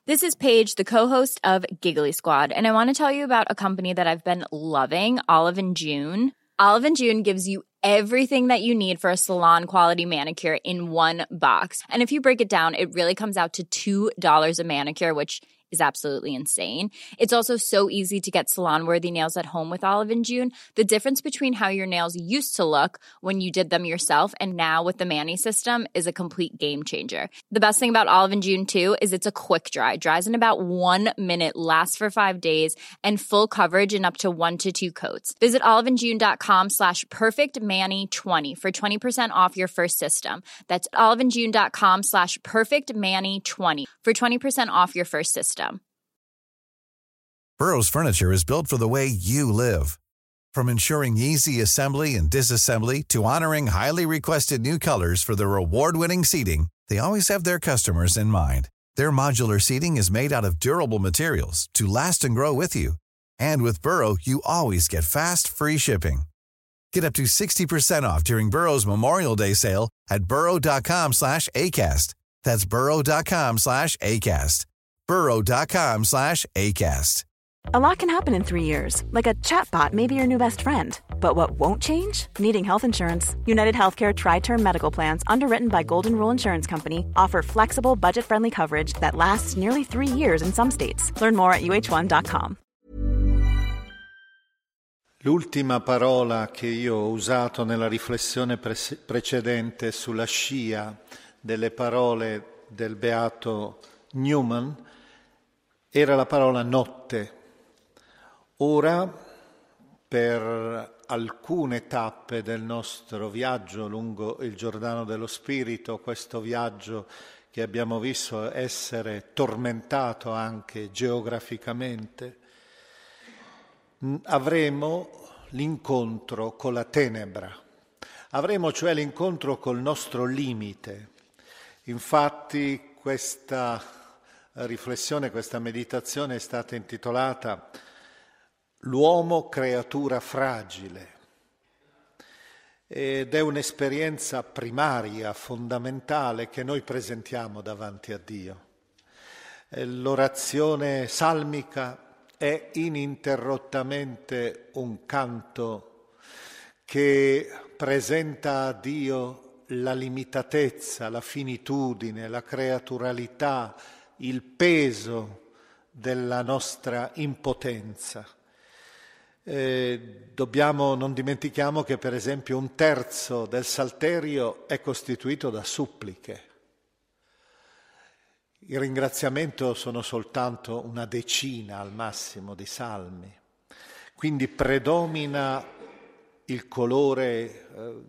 This is Paige, the co-host of Giggly Squad, and I want to tell you about a company that I've been loving, Olive and June. Olive and June gives you everything that you need for a salon-quality manicure in one box. And if you break it down, it really comes out to $2 a manicure, which is absolutely insane. It's also so easy to get salon-worthy nails at home with Olive and June. The difference between how your nails used to look when you did them yourself and now with the Mani system is a complete game changer. The best thing about Olive and June, too, is it's a quick dry. Dries in about 1 minute, lasts for 5 days, and full coverage in up to 1 to 2 coats. Visit oliveandjune.com/perfectmani20 for 20% off your first system. That's oliveandjune.com/perfectmani20 for 20% off your first system. Burrow's furniture is built for the way you live. From ensuring easy assembly and disassembly to honoring highly requested new colors for their award-winning seating, they always have their customers in mind. Their modular seating is made out of durable materials to last and grow with you. And with Burrow, you always get fast, free shipping. Get up to 60% off during Burrow's Memorial Day sale at burrow.com/ACAST. That's burrow.com/ACAST. burrow.com/ACAST. A lot can happen in 3 years, like a chatbot may be your new best friend. But what won't change? Needing health insurance. United Healthcare Tri-Term Medical Plans, underwritten by Golden Rule Insurance Company, offer flexible, budget-friendly coverage that lasts nearly 3 years in some states. Learn more at uh1.com. L'ultima parola che io ho usato nella riflessione precedente sulla scia delle parole del beato Newman era la parola notte. Ora, per alcune tappe del nostro viaggio lungo il Giordano dello Spirito, questo viaggio che abbiamo visto essere tormentato anche geograficamente, avremo l'incontro con la tenebra, avremo cioè l'incontro col nostro limite. Infatti questa riflessione, questa meditazione è stata intitolata L'uomo creatura fragile ed è un'esperienza primaria, fondamentale che noi presentiamo davanti a Dio. L'orazione salmica è ininterrottamente un canto che presenta a Dio la limitatezza, la finitudine, la creaturalità, il peso della nostra impotenza. Non dimentichiamo che per esempio 1/3 del Salterio è costituito da suppliche. Il ringraziamento sono soltanto una decina al massimo di salmi. Quindi predomina il colore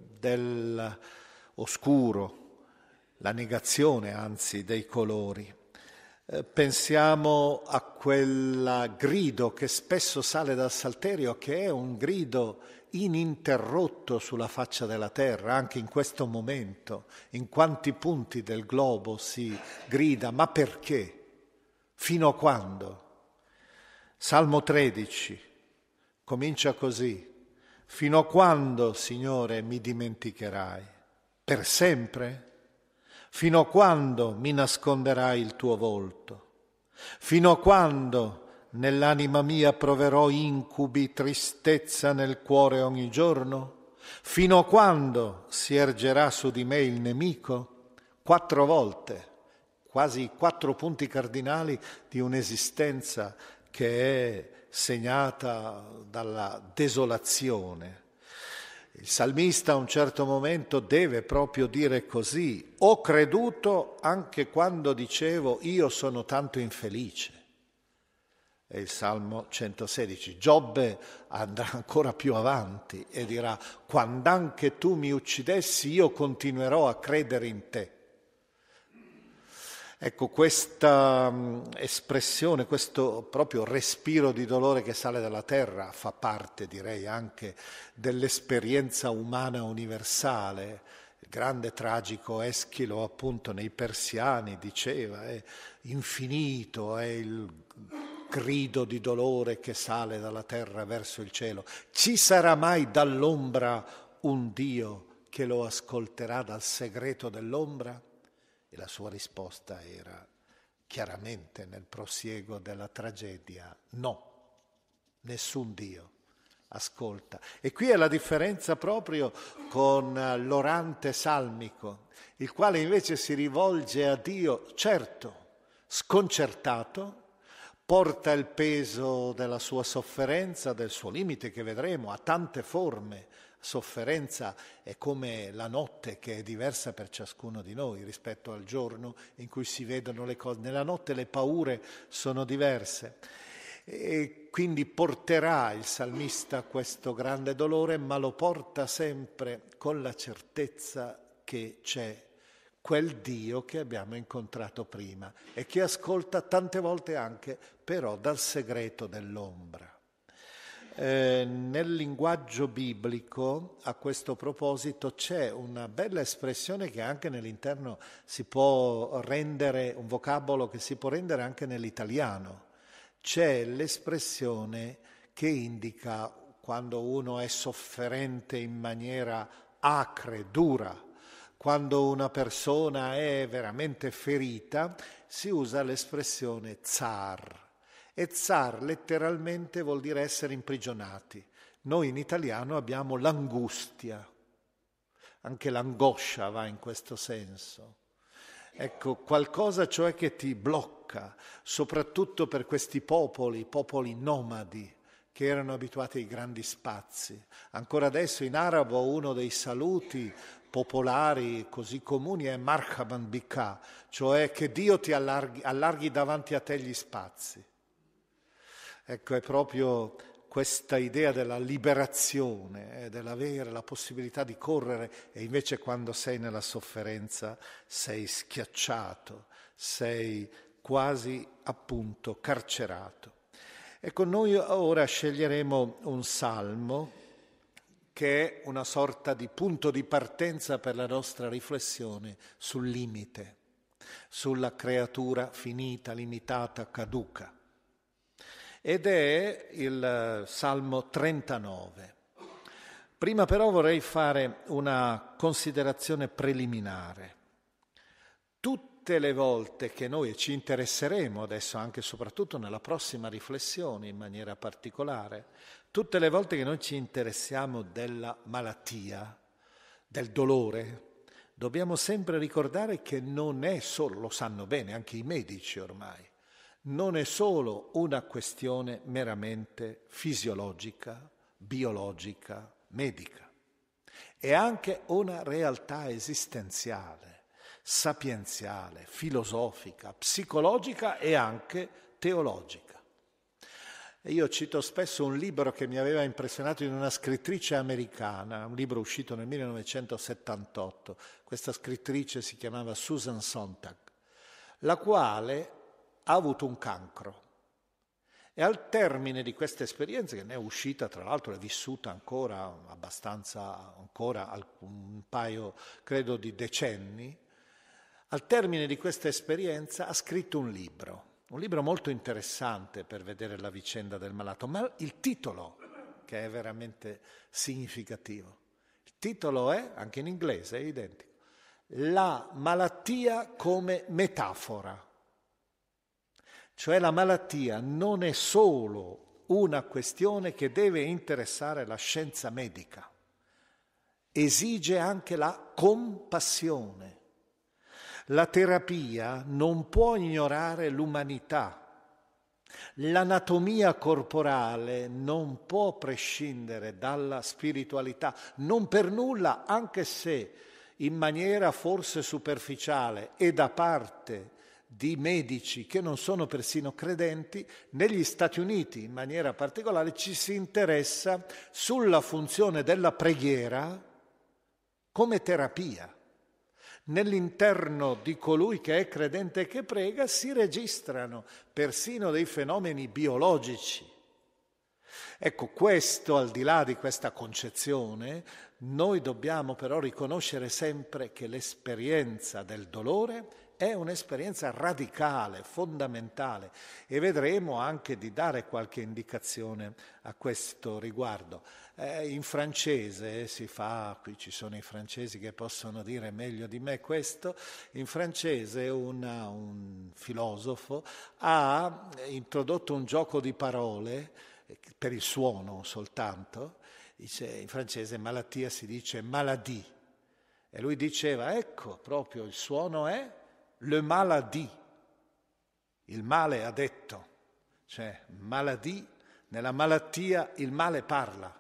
dell'oscuro, la negazione anzi dei colori. Pensiamo a quel grido che spesso sale dal Salterio, che è un grido ininterrotto sulla faccia della terra, anche in questo momento. In quanti punti del globo si grida, ma perché? Fino a quando? Salmo 13 comincia così: fino a quando, Signore, mi dimenticherai? Per sempre? Fino a quando mi nasconderai il tuo volto? Fino a quando nell'anima mia proverò incubi, tristezza nel cuore ogni giorno? Fino a quando si ergerà su di me il nemico? 4 volte, quasi 4 punti cardinali di un'esistenza che è segnata dalla desolazione. Il salmista a un certo momento deve proprio dire così: ho creduto anche quando dicevo io sono tanto infelice. È il Salmo 116. Giobbe andrà ancora più avanti e dirà: quando anche tu mi uccidessi io continuerò a credere in te. Ecco, questa espressione, questo proprio respiro di dolore che sale dalla terra fa parte, direi, anche dell'esperienza umana universale. Il grande tragico Eschilo, appunto, nei Persiani diceva: è infinito, è il grido di dolore che sale dalla terra verso il cielo. Ci sarà mai dall'ombra un Dio che lo ascolterà dal segreto dell'ombra? E la sua risposta era: Chiaramente nel prosieguo della tragedia no, nessun Dio ascolta. E qui è la differenza proprio con l'orante salmico, il quale invece si rivolge a Dio, certo, sconcertato, porta il peso della sua sofferenza, del suo limite che vedremo, ha tante forme. Sofferenza è come la notte che è diversa per ciascuno di noi rispetto al giorno in cui si vedono le cose. Nella notte le paure sono diverse e quindi porterà il salmista questo grande dolore, ma lo porta sempre con la certezza che c'è quel Dio che abbiamo incontrato prima e che ascolta tante volte anche però dal segreto dell'ombra. Nel linguaggio biblico a questo proposito c'è una bella espressione che anche nell'interno si può rendere, un vocabolo che si può rendere anche nell'italiano. C'è l'espressione che indica quando uno è sofferente in maniera acre, dura, quando una persona è veramente ferita, si usa l'espressione tsar. E tsar letteralmente vuol dire essere imprigionati. Noi in italiano abbiamo l'angustia, anche l'angoscia va in questo senso. Ecco, qualcosa cioè che ti blocca, soprattutto per questi popoli nomadi, che erano abituati ai grandi spazi. Ancora adesso in arabo uno dei saluti popolari così comuni è marhaban bika, cioè che Dio ti allarghi davanti a te gli spazi. Ecco, è proprio questa idea della liberazione, dell'avere la possibilità di correre, e invece quando sei nella sofferenza sei schiacciato, sei quasi appunto carcerato. Ecco, noi ora sceglieremo un salmo che è una sorta di punto di partenza per la nostra riflessione sul limite, sulla creatura finita, limitata, caduca. Ed è il Salmo 39. Prima però vorrei fare una considerazione preliminare. Tutte le volte che noi ci interesseremo, adesso anche e soprattutto nella prossima riflessione in maniera particolare, tutte le volte che noi ci interessiamo della malattia, del dolore, dobbiamo sempre ricordare che non è solo, lo sanno bene anche i medici ormai, non è solo una questione meramente fisiologica, biologica, medica. È anche una realtà esistenziale, sapienziale, filosofica, psicologica e anche teologica. E io cito spesso un libro che mi aveva impressionato di una scrittrice americana, un libro uscito nel 1978. Questa scrittrice si chiamava Susan Sontag, la quale ha avuto un cancro e al termine di questa esperienza, che ne è uscita tra l'altro, è vissuta ancora abbastanza, ancora un paio credo di decenni, al termine di questa esperienza ha scritto un libro molto interessante per vedere la vicenda del malato, ma il titolo che è veramente significativo, il titolo è, anche in inglese è identico, La malattia come metafora. Cioè la malattia non è solo una questione che deve interessare la scienza medica, esige anche la compassione. La terapia non può ignorare l'umanità, l'anatomia corporale non può prescindere dalla spiritualità, non per nulla, anche se in maniera forse superficiale e da parte di medici che non sono persino credenti, negli Stati Uniti in maniera particolare ci si interessa sulla funzione della preghiera come terapia. Nell'interno di colui che è credente e che prega si registrano persino dei fenomeni biologici. Ecco, questo, al di là di questa concezione, noi dobbiamo però riconoscere sempre che l'esperienza del dolore è un'esperienza radicale, fondamentale, e vedremo anche di dare qualche indicazione a questo riguardo. In francese si fa, qui ci sono i francesi che possono dire meglio di me questo, in francese un filosofo ha introdotto un gioco di parole per il suono soltanto. Dice, in francese malattia si dice maladie, e lui diceva, ecco, proprio il suono è le maladie, il male ha detto, cioè maladie, nella malattia il male parla.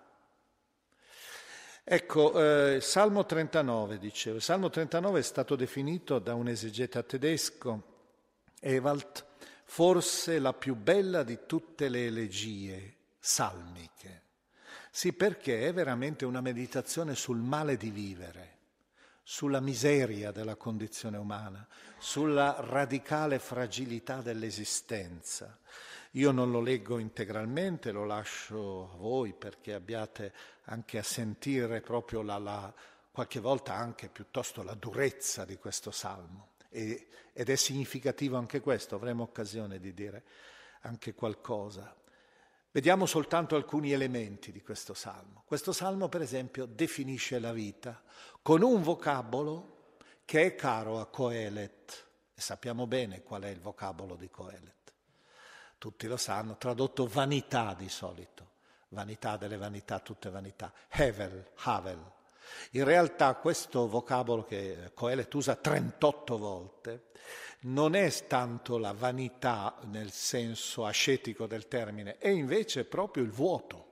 Ecco, Salmo 39, dicevo, Salmo 39 è stato definito da un esegeta tedesco, Ewald, forse la più bella di tutte le elegie salmiche. Sì, perché è veramente una meditazione sul male di vivere, sulla miseria della condizione umana, sulla radicale fragilità dell'esistenza. Io non lo leggo integralmente, lo lascio a voi perché abbiate anche a sentire proprio qualche volta anche piuttosto la durezza di questo salmo. Ed è significativo anche questo, avremo occasione di dire anche qualcosa. Vediamo soltanto alcuni elementi di questo salmo. Questo salmo, per esempio, definisce la vita con un vocabolo che è caro a Coelet, e sappiamo bene qual è il vocabolo di Coelet. Tutti lo sanno, tradotto vanità di solito, vanità delle vanità, tutte vanità, Hevel, Havel. In realtà questo vocabolo che Coelet usa 38 volte non è tanto la vanità nel senso ascetico del termine, è invece proprio il vuoto.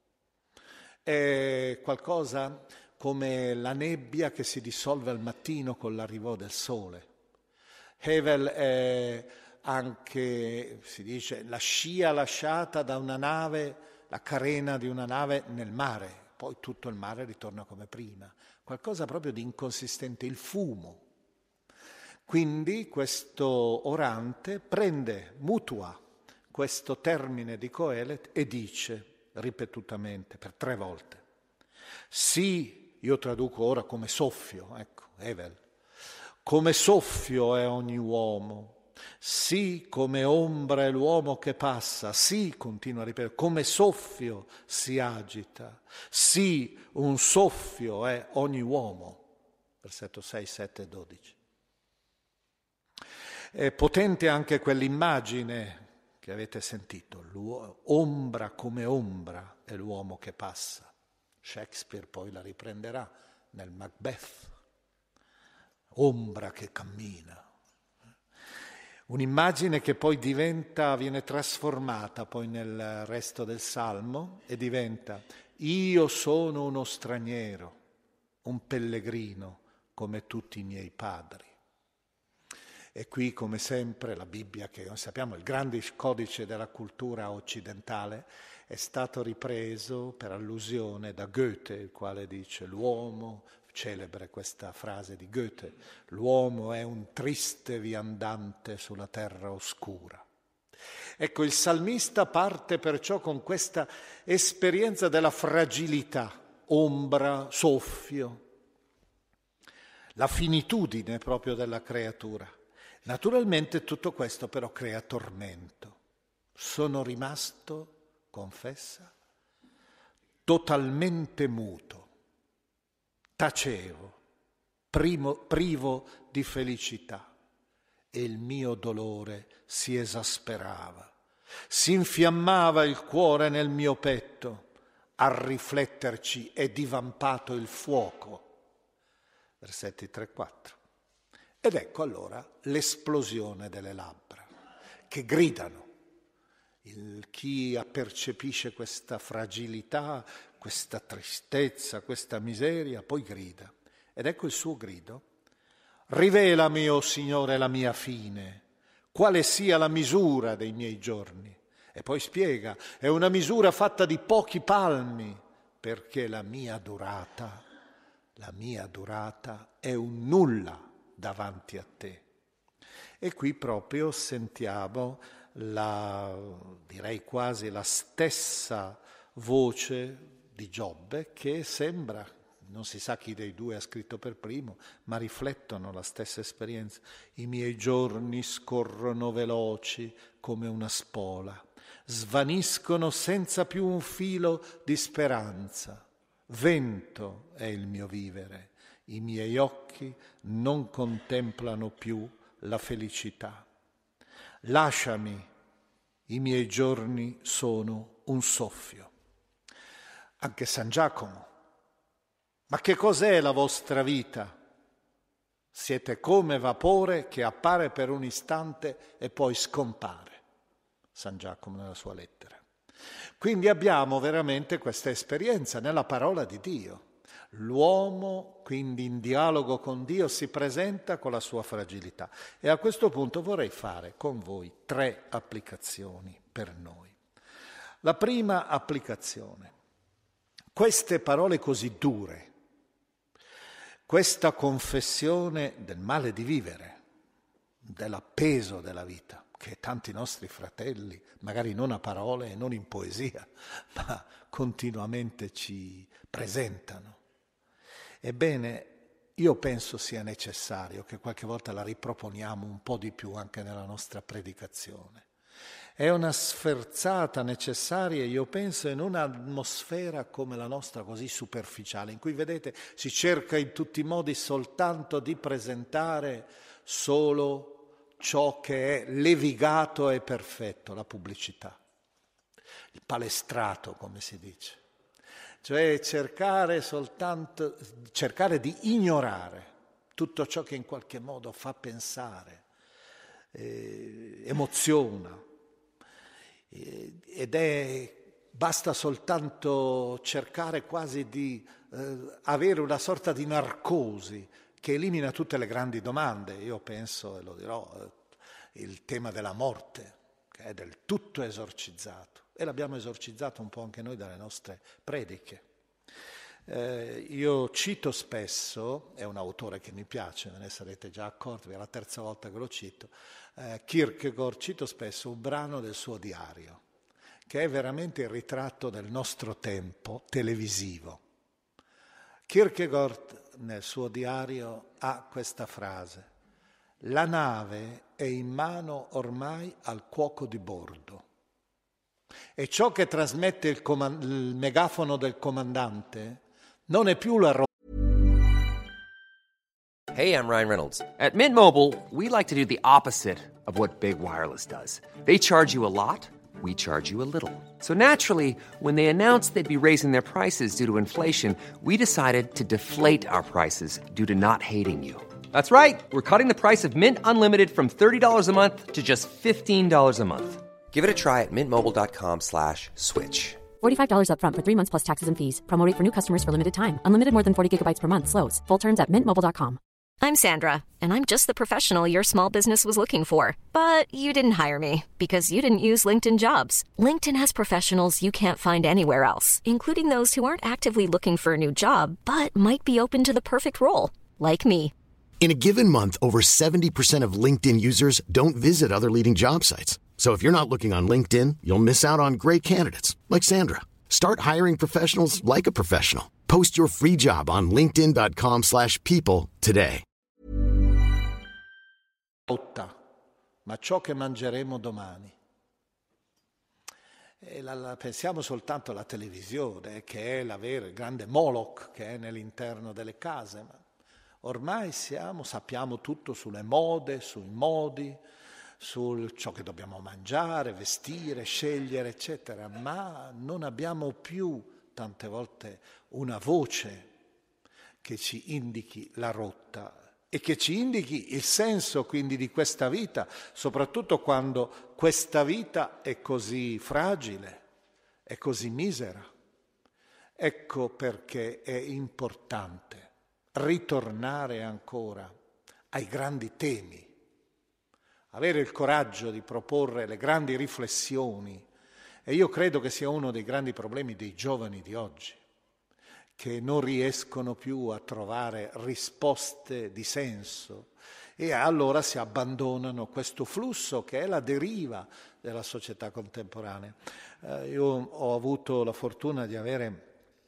È qualcosa come la nebbia che si dissolve al mattino con l'arrivo del sole. Hevel è anche, si dice, la scia lasciata da una nave, la carena di una nave nel mare. Poi tutto il mare ritorna come prima, qualcosa proprio di inconsistente, il fumo. Quindi questo orante mutua questo termine di Coelet e dice ripetutamente per 3 volte, sì, io traduco ora come soffio, ecco, Evel, come soffio è ogni uomo, sì, come ombra è l'uomo che passa, sì, continua a ripetere, come soffio si agita, sì, un soffio è ogni uomo. Versetto 6, 7 e 12. È potente anche quell'immagine che avete sentito, ombra come ombra è l'uomo che passa. Shakespeare poi la riprenderà nel Macbeth, ombra che cammina. Un'immagine che poi viene trasformata poi nel resto del Salmo e diventa io sono uno straniero, un pellegrino come tutti i miei padri. E qui, come sempre, la Bibbia, che sappiamo il grande codice della cultura occidentale, è stato ripreso per allusione da Goethe, il quale dice l'uomo, celebre questa frase di Goethe, l'uomo è un triste viandante sulla terra oscura. Ecco, il salmista parte perciò con questa esperienza della fragilità, ombra, soffio, la finitudine proprio della creatura. Naturalmente tutto questo però crea tormento. Sono rimasto, confessa, totalmente muto, tacevo, privo di felicità e il mio dolore si esasperava, si infiammava il cuore nel mio petto, a rifletterci è divampato il fuoco. Versetti 3-4. Ed ecco allora l'esplosione delle labbra, che gridano. Chi percepisce questa fragilità, questa tristezza, questa miseria, poi grida. Ed ecco il suo grido. Rivelami, o Signore, la mia fine, quale sia la misura dei miei giorni. E poi spiega, è una misura fatta di pochi palmi, perché la mia durata è un nulla davanti a te. E qui proprio sentiamo direi quasi la stessa voce di Giobbe che sembra non si sa chi dei due ha scritto per primo, ma riflettono la stessa esperienza. I miei giorni scorrono veloci come una spola, svaniscono senza più un filo di speranza. Vento è il mio vivere, i miei occhi non contemplano più la felicità. Lasciami, i miei giorni sono un soffio. Anche San Giacomo. Ma che cos'è la vostra vita? Siete come vapore che appare per un istante e poi scompare. San Giacomo nella sua lettera. Quindi abbiamo veramente questa esperienza nella parola di Dio. L'uomo, quindi in dialogo con Dio, si presenta con la sua fragilità. E a questo punto vorrei fare con voi 3 applicazioni per noi. La prima applicazione. Queste parole così dure, questa confessione del male di vivere, dell'appeso della vita, che tanti nostri fratelli, magari non a parole e non in poesia, ma continuamente ci presentano. Ebbene, io penso sia necessario che qualche volta la riproponiamo un po' di più anche nella nostra predicazione. È una sferzata necessaria, io penso, in un'atmosfera come la nostra, così superficiale, in cui, vedete, si cerca in tutti i modi soltanto di presentare solo ciò che è levigato e perfetto, la pubblicità, il palestrato, come si dice. Cioè cercare di ignorare tutto ciò che in qualche modo fa pensare, emoziona, basta soltanto cercare quasi di avere una sorta di narcosi che elimina tutte le grandi domande. Io penso, e lo dirò, il tema della morte, che è del tutto esorcizzato, e l'abbiamo esorcizzato un po' anche noi dalle nostre prediche. Io cito spesso, è un autore che mi piace, ve ne sarete già accorti, è la 3ª volta che lo cito, Kierkegaard, cito spesso un brano del suo diario, che è veramente il ritratto del nostro tempo televisivo. Kierkegaard nel suo diario ha questa frase: la nave è in mano ormai al cuoco di bordo e ciò che trasmette il megafono del comandante non è più la Hey, I'm Ryan Reynolds. At Mint Mobile, we like to do the opposite of what Big Wireless does. They charge you a lot, we charge you a little. So naturally, when they announced they'd be raising their prices due to inflation, we decided to deflate our prices due to not hating you. That's right. We're cutting the price of Mint Unlimited from $30 a month to just $15 a month. Give it a try at mintmobile.com/switch. $45 up front for 3 months plus taxes and fees. Promo rate for new customers for limited time. Unlimited more than 40 gigabytes per month slows. Full terms at mintmobile.com. I'm Sandra, and I'm just the professional your small business was looking for. But you didn't hire me because you didn't use LinkedIn Jobs. LinkedIn has professionals you can't find anywhere else, including those who aren't actively looking for a new job, but might be open to the perfect role, like me. In a given month, over 70% of LinkedIn users don't visit other leading job sites. So if you're not looking on LinkedIn, you'll miss out on great candidates like Sandra. Start hiring professionals like a professional. Post your free job on linkedin.com/people today. Ma ciò che mangeremo domani. Pensiamo soltanto alla televisione, che è il grande Moloch che è nell'interno delle case, ma ormai sappiamo tutto sulle mode, sui modi, su ciò che dobbiamo mangiare, vestire, scegliere, eccetera, ma non abbiamo più tante volte una voce che ci indichi la rotta e che ci indichi il senso quindi di questa vita, soprattutto quando questa vita è così fragile, è così misera. Ecco perché è importante ritornare ancora ai grandi temi, avere il coraggio di proporre le grandi riflessioni, e io credo che sia uno dei grandi problemi dei giovani di oggi, che non riescono più a trovare risposte di senso e allora si abbandonano questo flusso che è la deriva della società contemporanea. Io ho avuto la fortuna di avere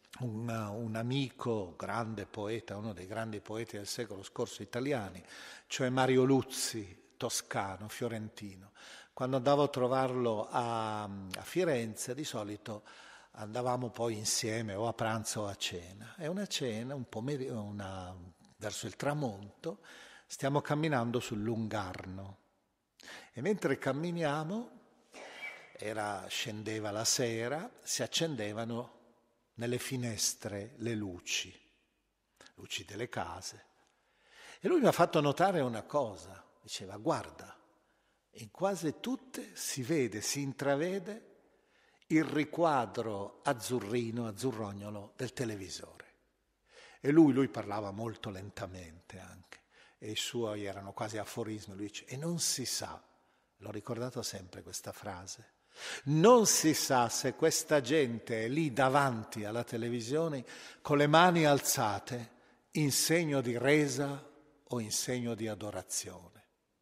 un amico, grande poeta, uno dei grandi poeti del secolo scorso italiani, cioè Mario Luzzi, toscano, fiorentino. Quando andavo a trovarlo a Firenze, di solito andavamo poi insieme o a pranzo o a cena. E una cena, verso il tramonto, stiamo camminando sul Lungarno. E mentre camminiamo, scendeva la sera, si accendevano nelle finestre le luci delle case. E lui mi ha fatto notare una cosa, diceva: guarda, in quasi tutte si intravede il riquadro azzurrognolo del televisore. E lui parlava molto lentamente anche, e i suoi erano quasi aforismi. Lui dice: e non si sa, l'ho ricordato sempre questa frase, non si sa se questa gente è lì davanti alla televisione con le mani alzate in segno di resa o in segno di adorazione.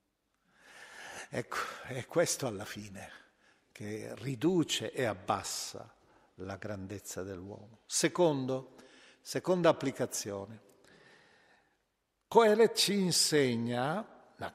Ecco, è questo alla fine che riduce e abbassa la grandezza dell'uomo. Seconda applicazione. Coelet ci insegna,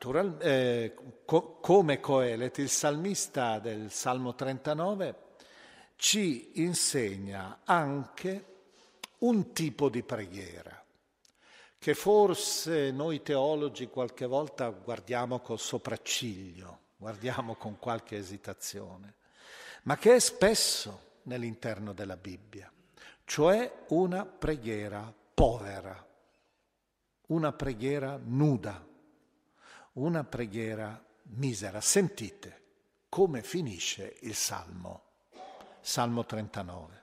come Coelet, il salmista del Salmo 39, ci insegna anche un tipo di preghiera che forse noi teologi qualche volta guardiamo col sopracciglio, guardiamo con qualche esitazione, ma che è spesso nell'interno della Bibbia, cioè una preghiera povera, una preghiera nuda, una preghiera misera. Sentite come finisce il Salmo 39.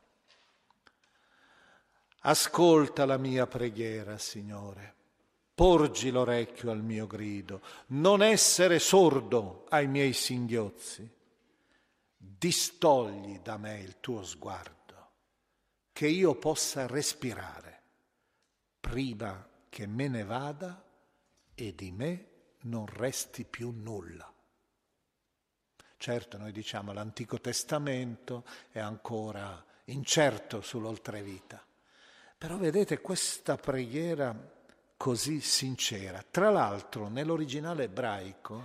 Ascolta la mia preghiera, Signore, porgi l'orecchio al mio grido, non essere sordo ai miei singhiozzi. Distogli da me il tuo sguardo, che io possa respirare prima che me ne vada e di me non resti più nulla. Certo, noi diciamo l'Antico Testamento è ancora incerto sull'oltrevita, però vedete questa preghiera così sincera. Tra l'altro nell'originale ebraico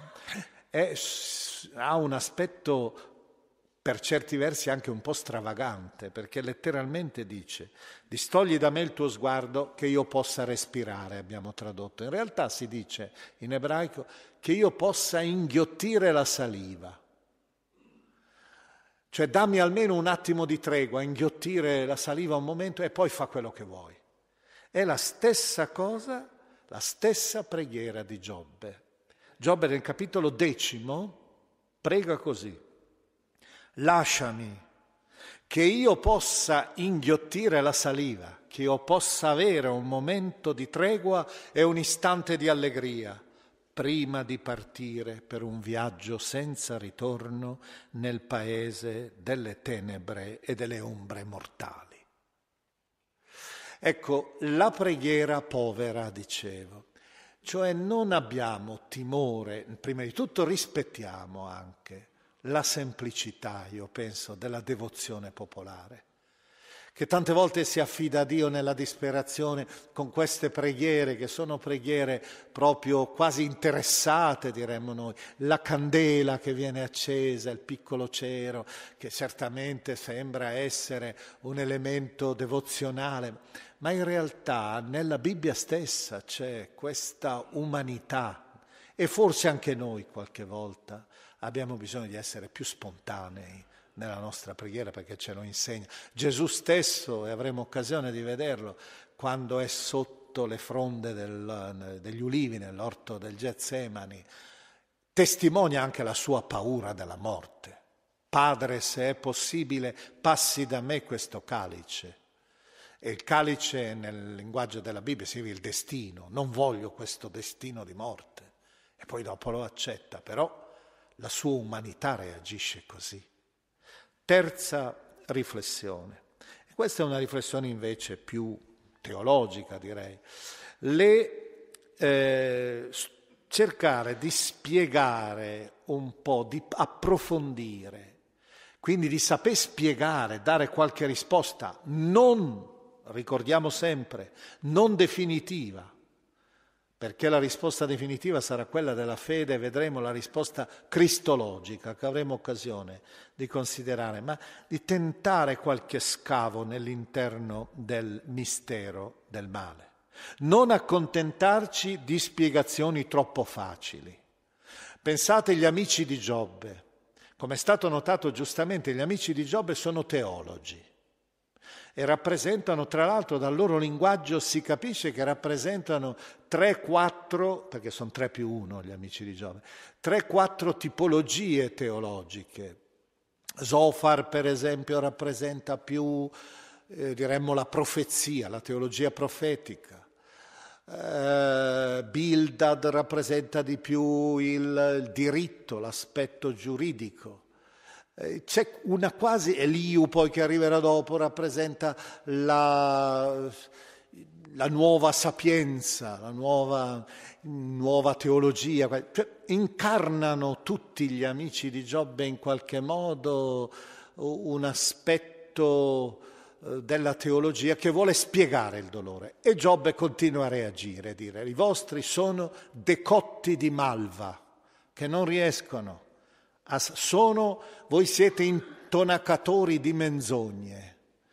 ha un aspetto per certi versi anche un po' stravagante, perché letteralmente dice: distogli da me il tuo sguardo che io possa respirare, abbiamo tradotto. In realtà si dice in ebraico che io possa inghiottire la saliva. Cioè dammi almeno un attimo di tregua, inghiottire la saliva un momento e poi fa quello che vuoi. È la stessa cosa, la stessa preghiera di Giobbe. Giobbe nel capitolo 10 prega così: lasciami che io possa inghiottire la saliva, che io possa avere un momento di tregua e un istante di allegria, prima di partire per un viaggio senza ritorno nel paese delle tenebre e delle ombre mortali. Ecco, la preghiera povera, dicevo, cioè non abbiamo timore, prima di tutto rispettiamo anche la semplicità, io penso, della devozione popolare, che tante volte si affida a Dio nella disperazione con queste preghiere, che sono preghiere proprio quasi interessate, diremmo noi, la candela che viene accesa, il piccolo cero, che certamente sembra essere un elemento devozionale, ma in realtà nella Bibbia stessa c'è questa umanità, e forse anche noi qualche volta abbiamo bisogno di essere più spontanei nella nostra preghiera, perché ce lo insegna Gesù stesso, e avremo occasione di vederlo quando è sotto le fronde degli ulivi nell'orto del Getsemani. Testimonia anche la sua paura della morte. Padre, se è possibile, passi da me questo calice. E il calice nel linguaggio della Bibbia significa il destino. Non voglio questo destino di morte. E poi dopo lo accetta, però la sua umanità reagisce così. Terza riflessione, e questa è una riflessione invece più teologica, direi, cercare di spiegare un po', di approfondire, quindi di saper spiegare, dare qualche risposta non ricordiamo sempre, non definitiva, perché la risposta definitiva sarà quella della fede, vedremo la risposta cristologica che avremo occasione di considerare, ma di tentare qualche scavo nell'interno del mistero del male. Non accontentarci di spiegazioni troppo facili. Pensate agli amici di Giobbe. Come è stato notato giustamente, gli amici di Giobbe sono teologi e rappresentano, tra l'altro dal loro linguaggio si capisce che rappresentano 3-4, perché sono 3 più 1 gli amici di Giobbe, 3-4 tipologie teologiche. Zofar, per esempio, rappresenta più, diremmo, la profezia, la teologia profetica. Bildad rappresenta di più il diritto, l'aspetto giuridico. C'è una quasi, Eliu poi che arriverà dopo, rappresenta la nuova sapienza, la nuova teologia, cioè, incarnano tutti gli amici di Giobbe in qualche modo un aspetto della teologia che vuole spiegare il dolore. E Giobbe continua a reagire, a dire: i vostri sono decotti di malva, che non riescono, voi siete intonacatori di menzogne.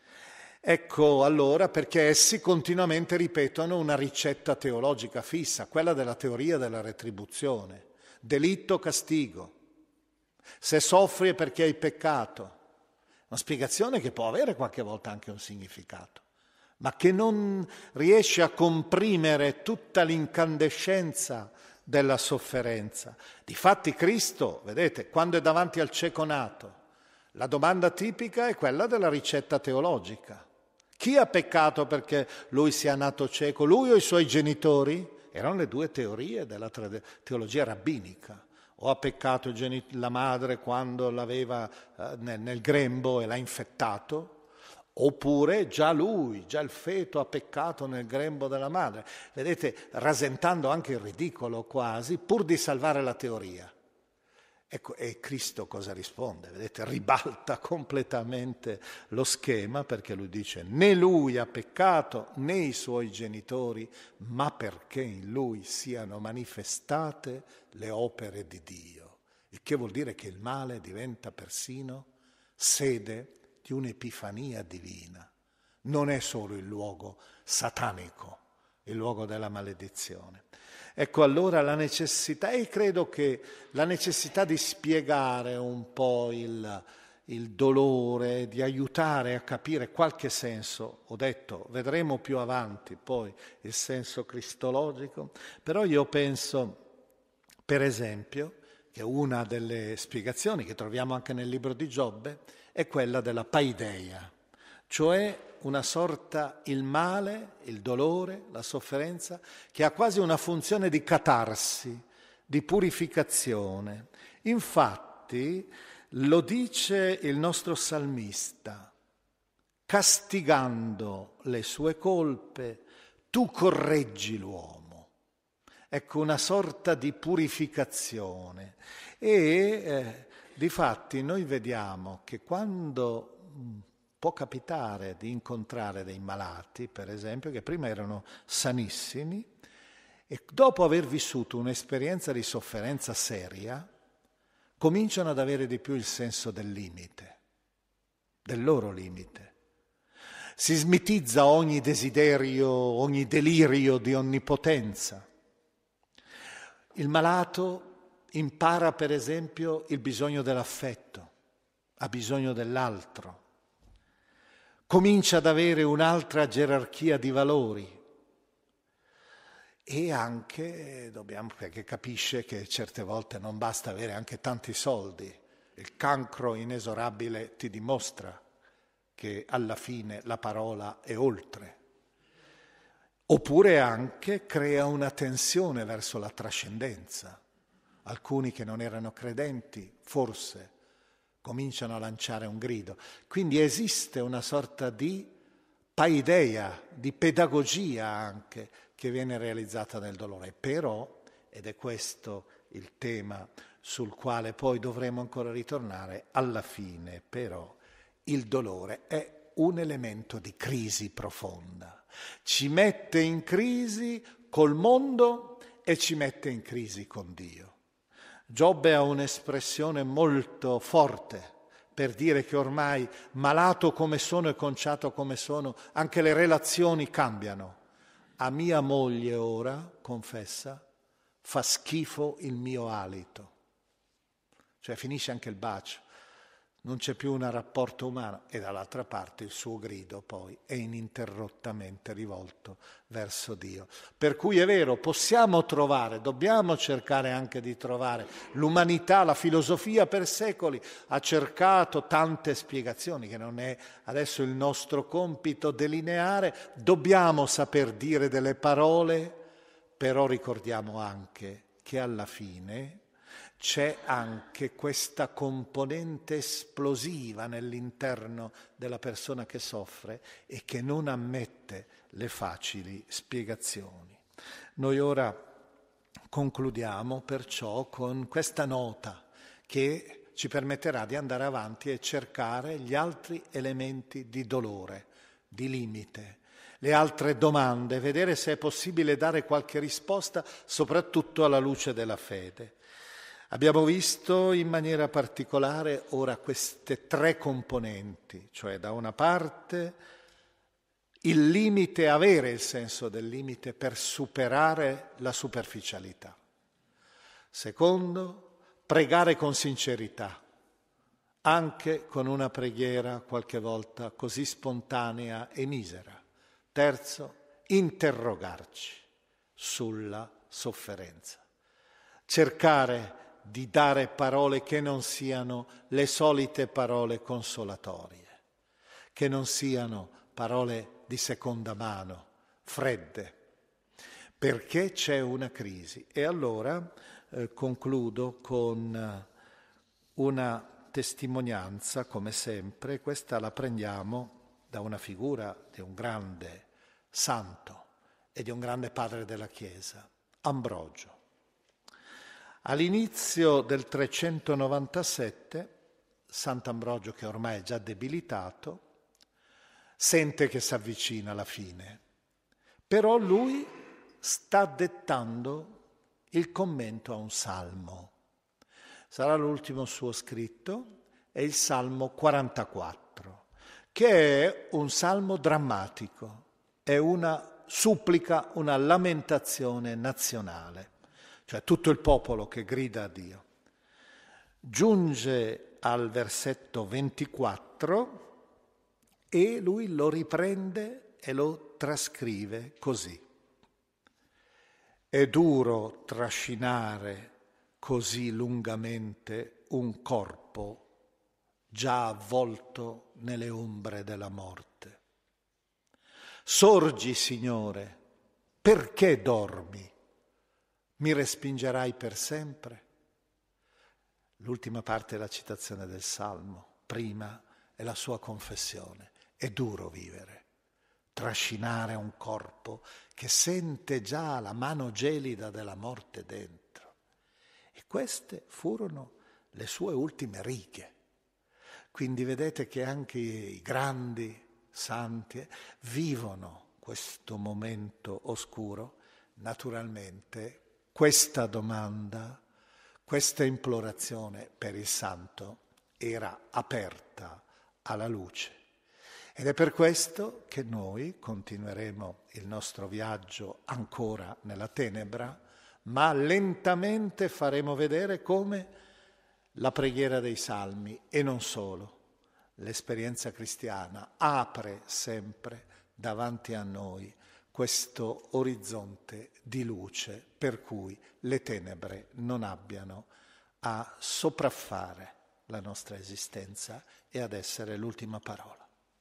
Ecco allora perché essi continuamente ripetono una ricetta teologica fissa, quella della teoria della retribuzione, delitto, castigo. Se soffri è perché hai peccato. Una spiegazione che può avere qualche volta anche un significato, ma che non riesce a comprimere tutta l'incandescenza della sofferenza. Difatti Cristo, vedete, quando è davanti al cieco nato, la domanda tipica è quella della ricetta teologica. Chi ha peccato perché lui sia nato cieco, lui o i suoi genitori? Erano le due teorie della teologia rabbinica. O ha peccato la madre quando l'aveva nel grembo e l'ha infettato, oppure già il feto ha peccato nel grembo della madre. Vedete, rasentando anche il ridicolo quasi, pur di salvare la teoria. Ecco, e Cristo cosa risponde? Vedete, ribalta completamente lo schema, perché lui dice: né lui ha peccato né i suoi genitori, ma perché in lui siano manifestate le opere di Dio. Il che vuol dire che il male diventa persino sede di un'epifania divina. Non è solo il luogo satanico, il luogo della maledizione. Ecco allora la necessità, e credo che la necessità di spiegare un po' il dolore, di aiutare a capire qualche senso, ho detto, vedremo più avanti poi il senso cristologico, però io penso, per esempio, che una delle spiegazioni che troviamo anche nel libro di Giobbe è quella della paideia, cioè una sorta, il male, il dolore, la sofferenza, che ha quasi una funzione di catarsi, di purificazione. Infatti, lo dice il nostro salmista: castigando le sue colpe, tu correggi l'uomo. Ecco, una sorta di purificazione. E difatti noi vediamo che quando può capitare di incontrare dei malati, per esempio, che prima erano sanissimi e dopo aver vissuto un'esperienza di sofferenza seria, cominciano ad avere di più il senso del limite, del loro limite. Si smitizza ogni desiderio, ogni delirio di onnipotenza. Il malato impara, per esempio, il bisogno dell'affetto, ha bisogno dell'altro. Comincia ad avere un'altra gerarchia di valori e anche perché capisce che certe volte non basta avere anche tanti soldi. Il cancro inesorabile ti dimostra che alla fine la parola è oltre. Oppure anche crea una tensione verso la trascendenza. Alcuni che non erano credenti, forse, cominciano a lanciare un grido. Quindi esiste una sorta di paideia, di pedagogia anche, che viene realizzata nel dolore. Però, ed è questo il tema sul quale poi dovremo ancora ritornare, alla fine però il dolore è un elemento di crisi profonda. Ci mette in crisi col mondo e ci mette in crisi con Dio. Giobbe ha un'espressione molto forte per dire che ormai, malato come sono e conciato come sono, anche le relazioni cambiano. A mia moglie ora, confessa, fa schifo il mio alito. Cioè finisce anche il bacio, non c'è più un rapporto umano, e dall'altra parte il suo grido poi è ininterrottamente rivolto verso Dio. Per cui è vero, possiamo trovare, dobbiamo cercare anche di trovare, l'umanità, la filosofia per secoli ha cercato tante spiegazioni che non è adesso il nostro compito delineare, dobbiamo saper dire delle parole, però ricordiamo anche che alla fine c'è anche questa componente esplosiva nell'interno della persona che soffre e che non ammette le facili spiegazioni. Noi ora concludiamo perciò con questa nota che ci permetterà di andare avanti e cercare gli altri elementi di dolore, di limite, le altre domande, vedere se è possibile dare qualche risposta, soprattutto alla luce della fede. Abbiamo visto in maniera particolare ora queste tre componenti, cioè da una parte il limite, avere il senso del limite per superare la superficialità. Secondo, pregare con sincerità, anche con una preghiera qualche volta così spontanea e misera. Terzo, interrogarci sulla sofferenza. Cercare di dare parole che non siano le solite parole consolatorie, che non siano parole di seconda mano, fredde, perché c'è una crisi. E allora concludo con una testimonianza, come sempre. Questa la prendiamo da una figura di un grande santo e di un grande padre della Chiesa, Ambrogio. All'inizio del 397, Sant'Ambrogio, che ormai è già debilitato, sente che si avvicina la fine, però lui sta dettando il commento a un salmo. Sarà l'ultimo suo scritto, è il Salmo 44, che è un salmo drammatico, è una supplica, una lamentazione nazionale. Cioè tutto il popolo che grida a Dio. Giunge al versetto 24 e lui lo riprende e lo trascrive così. È duro trascinare così lungamente un corpo già avvolto nelle ombre della morte. Sorgi, Signore, perché dormi? Mi respingerai per sempre? L'ultima parte è la citazione del Salmo, prima è la sua confessione. È duro vivere, trascinare un corpo che sente già la mano gelida della morte dentro. E queste furono le sue ultime righe. Quindi vedete che anche i grandi santi vivono questo momento oscuro, naturalmente. Questa domanda, questa implorazione per il santo era aperta alla luce. Ed è per questo che noi continueremo il nostro viaggio ancora nella tenebra, ma lentamente faremo vedere come la preghiera dei Salmi, e non solo, l'esperienza cristiana apre sempre davanti a noi questo orizzonte di luce per cui le tenebre non abbiano a sopraffare la nostra esistenza e ad essere l'ultima parola.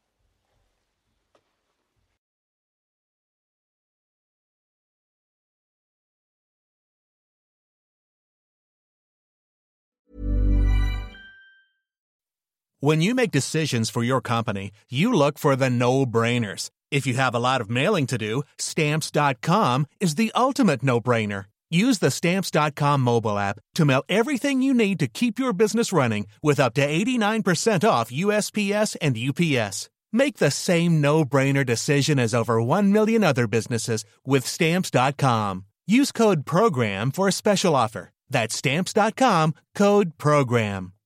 When you make decisions for your company, you look for the no-brainers. If you have a lot of mailing to do, Stamps.com is the ultimate no-brainer. Use the Stamps.com mobile app to mail everything you need to keep your business running with up to 89% off USPS and UPS. Make the same no-brainer decision as over 1 million other businesses with Stamps.com. Use code PROGRAM for a special offer. That's Stamps.com, code PROGRAM.